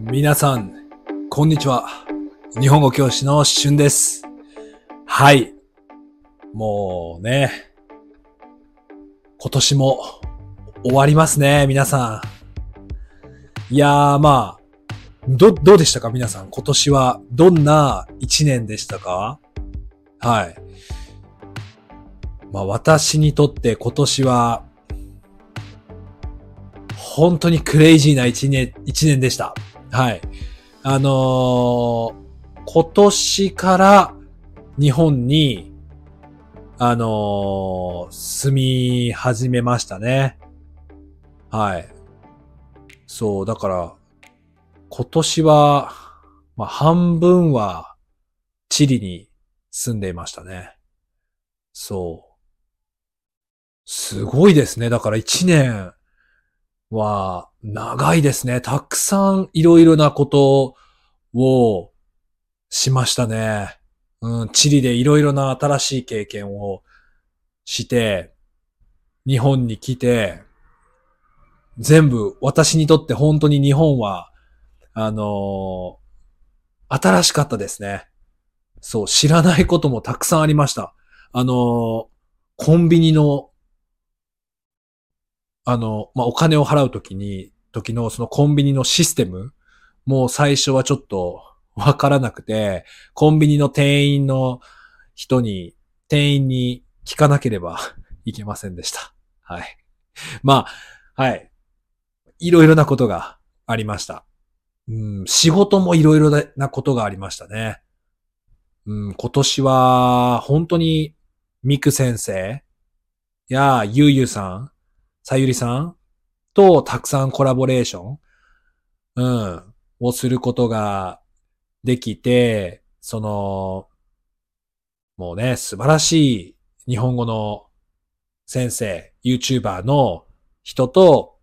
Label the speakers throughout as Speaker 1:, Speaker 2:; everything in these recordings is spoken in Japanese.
Speaker 1: 皆さん、こんにちは。日本語教師のしゅんです。はい。もうね、今年も終わりますね、皆さん。いやー、まあ、どうでしたか皆さん。今年はどんな一年でしたか？はい。まあ私にとって今年は本当にクレイジーな一年でした。はい。今年から日本に、住み始めましたね。はい。そう、だから、今年は、まあ、半分はチリに住んでいましたね。そう。すごいですね。だから一年は長いですね。たくさんいろいろなことをしましたね。チリでいろいろな新しい経験をして、日本に来て、全部私にとって本当に日本は、あの新しかったですね。そう、知らないこともたくさんありました。コンビニの、お金を払う時のそのコンビニのシステム、もう最初はちょっとわからなくて、コンビニの店員に聞かなければいけませんでした。はい。まあ、はい。いろいろなことがありました。仕事もいろいろなことがありましたね。今年は、本当に、ミク先生や、ゆうゆうさん、さゆりさんとたくさんコラボレーション、をすることができて、もうね、素晴らしい日本語の先生、YouTuber の人と、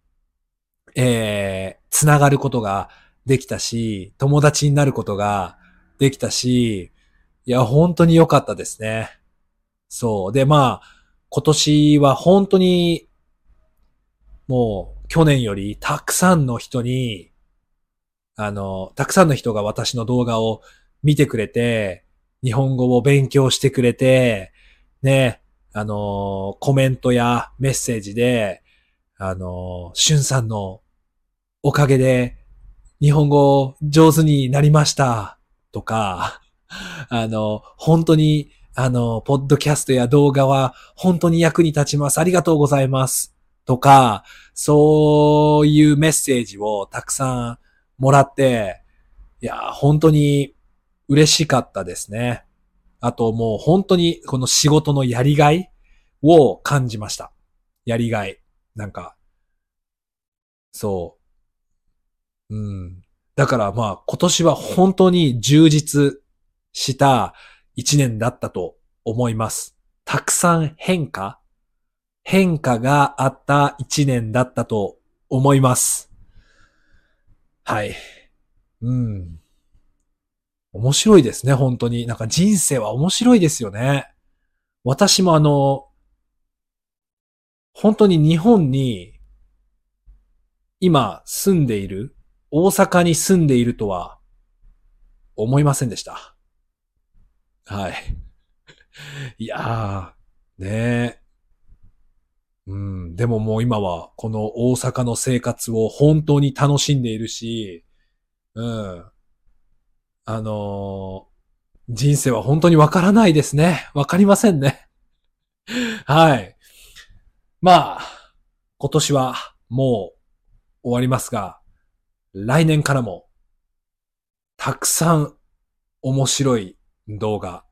Speaker 1: つながることができたし、友達になることができたし、いや、本当に良かったですね。そう。で、まあ、今年は本当に、もう、去年よりたくさんの人が私の動画を見てくれて、日本語を勉強してくれて、ね、コメントやメッセージで、しゅんさんのおかげで日本語上手になりましたとか、本当に、ポッドキャストや動画は本当に役に立ちます。ありがとうございます。とか、そういうメッセージをたくさんもらって、いや、本当に嬉しかったですね。あともう本当にこの仕事のやりがいを感じました。やりがい。なんか、そう。だからまあ今年は本当に充実した一年だったと思います。たくさん変化があった一年だったと思います。はい。うん。面白いですね、本当に。なんか人生は面白いですよね。私も本当に日本に今住んでいる、大阪に住んでいるとは思いませんでした。はい。いやー、ねえ。でももう今はこの大阪の生活を本当に楽しんでいるし、うん。あの人生は本当にわからないですね。わかりませんね。はい。まあ、今年はもう終わりますが、来年からもたくさん面白い動画、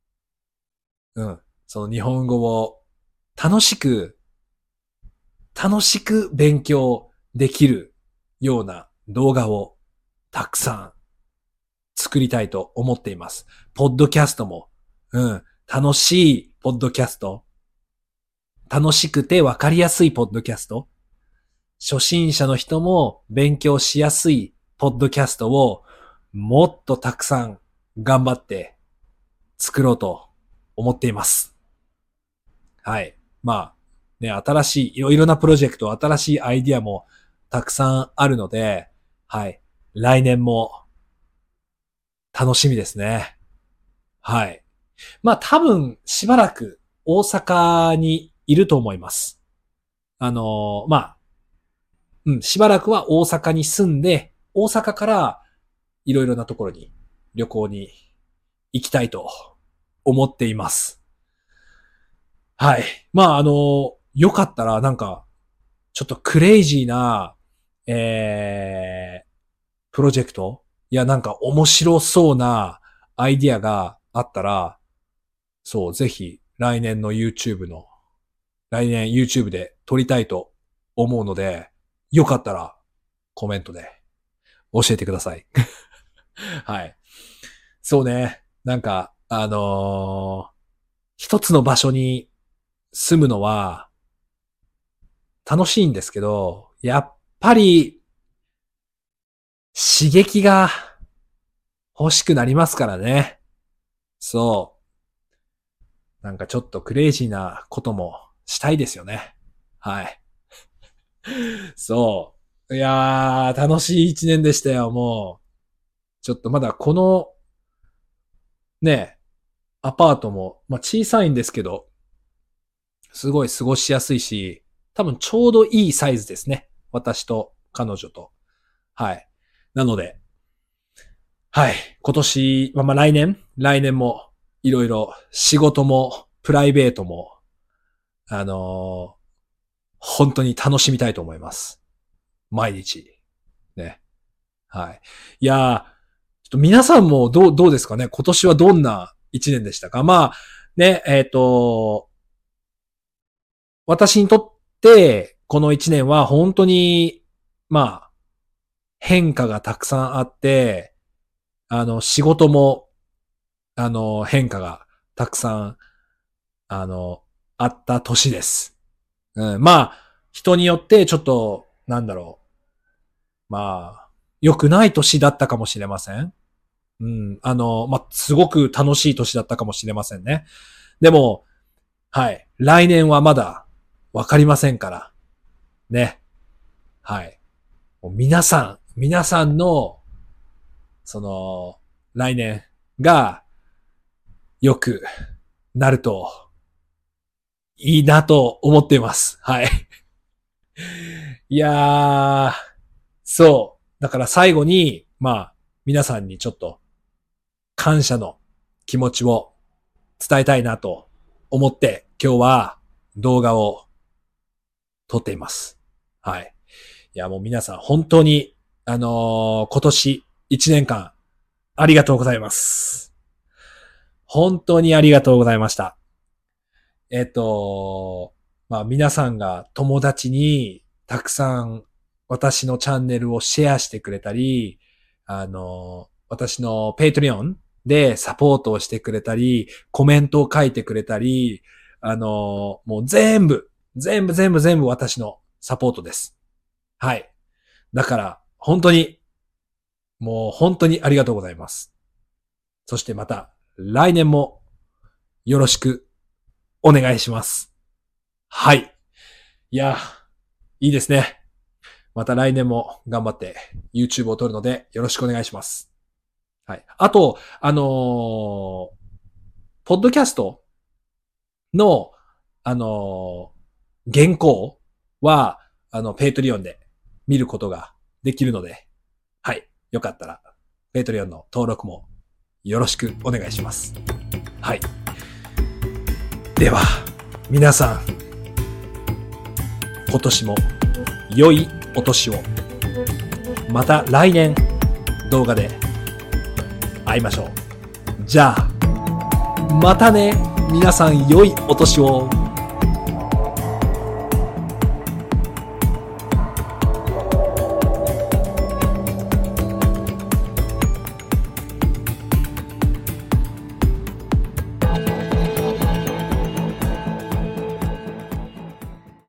Speaker 1: その日本語を楽しく、楽しく勉強できるような動画をたくさん作りたいと思っています。ポッドキャストも、楽しいポッドキャスト、楽しくてわかりやすいポッドキャスト、初心者の人も勉強しやすいポッドキャストをもっとたくさん頑張って作ろうと思っています。はい。まあ、ね、いろいろなプロジェクト、新しいアイディアもたくさんあるので、はい。 来年も楽しみですね。はい。まあ多分しばらく大阪にいると思います。まあ、しばらくは大阪に住んで、大阪からいろいろなところに旅行に行きたいと思っています。はい。まあよかったらなんか、ちょっとクレイジーな、プロジェクトいやなんか面白そうなアイディアがあったら、そう、ぜひ来年 YouTube で撮りたいと思うので、よかったらコメントで教えてください。はい。そうね。なんか、一つの場所に住むのは楽しいんですけど、やっぱり刺激が欲しくなりますからね。そう。なんかちょっとクレイジーなこともしたいですよね。はい。そう。いやー、楽しい一年でしたよ、もう。ちょっとまだこの、ね、アパートも、まあ小さいんですけど、すごい過ごしやすいし、多分ちょうどいいサイズですね。私と彼女と。はい。なので、はい。今年、まあ来年もいろいろ仕事もプライベートも、本当に楽しみたいと思います。毎日。ね。はい。いやー、ちょっと皆さんもどうですかね。今年はどんな一年でしたか。まあ、ね、私にとって、この一年は本当に、まあ、変化がたくさんあって、仕事も、変化がたくさん、あった年です。まあ、人によってちょっと、なんだろう。まあ、良くない年だったかもしれません。まあ、すごく楽しい年だったかもしれませんね。でも、はい。来年はまだわかりませんから。ね。はい。もう皆さんの、その、来年が良くなるといいなと思っています。はい。いやー、そう。だから最後に、まあ、皆さんにちょっと感謝の気持ちを伝えたいなと思って今日は動画を撮っています。はい。いやもう皆さん本当に、今年1年間ありがとうございます。本当にありがとうございました。まあ皆さんが友達にたくさん私のチャンネルをシェアしてくれたり、私のペイトリオンでサポートをしてくれたり、コメントを書いてくれたり、もう全部私のサポートです。はい。だから、本当にありがとうございます。そしてまた、来年もよろしくお願いします。はい。いや、いいですね。また来年も頑張って YouTube を撮るのでよろしくお願いします。はい。あと、ポッドキャストの、原稿は、ペイトリオンで見ることができるので、はい。よかったら、ペイトリオンの登録もよろしくお願いします。はい。では、皆さん、今年も良いお年を。また来年動画で会いましょう。じゃあ、またね。皆さん良いお年を。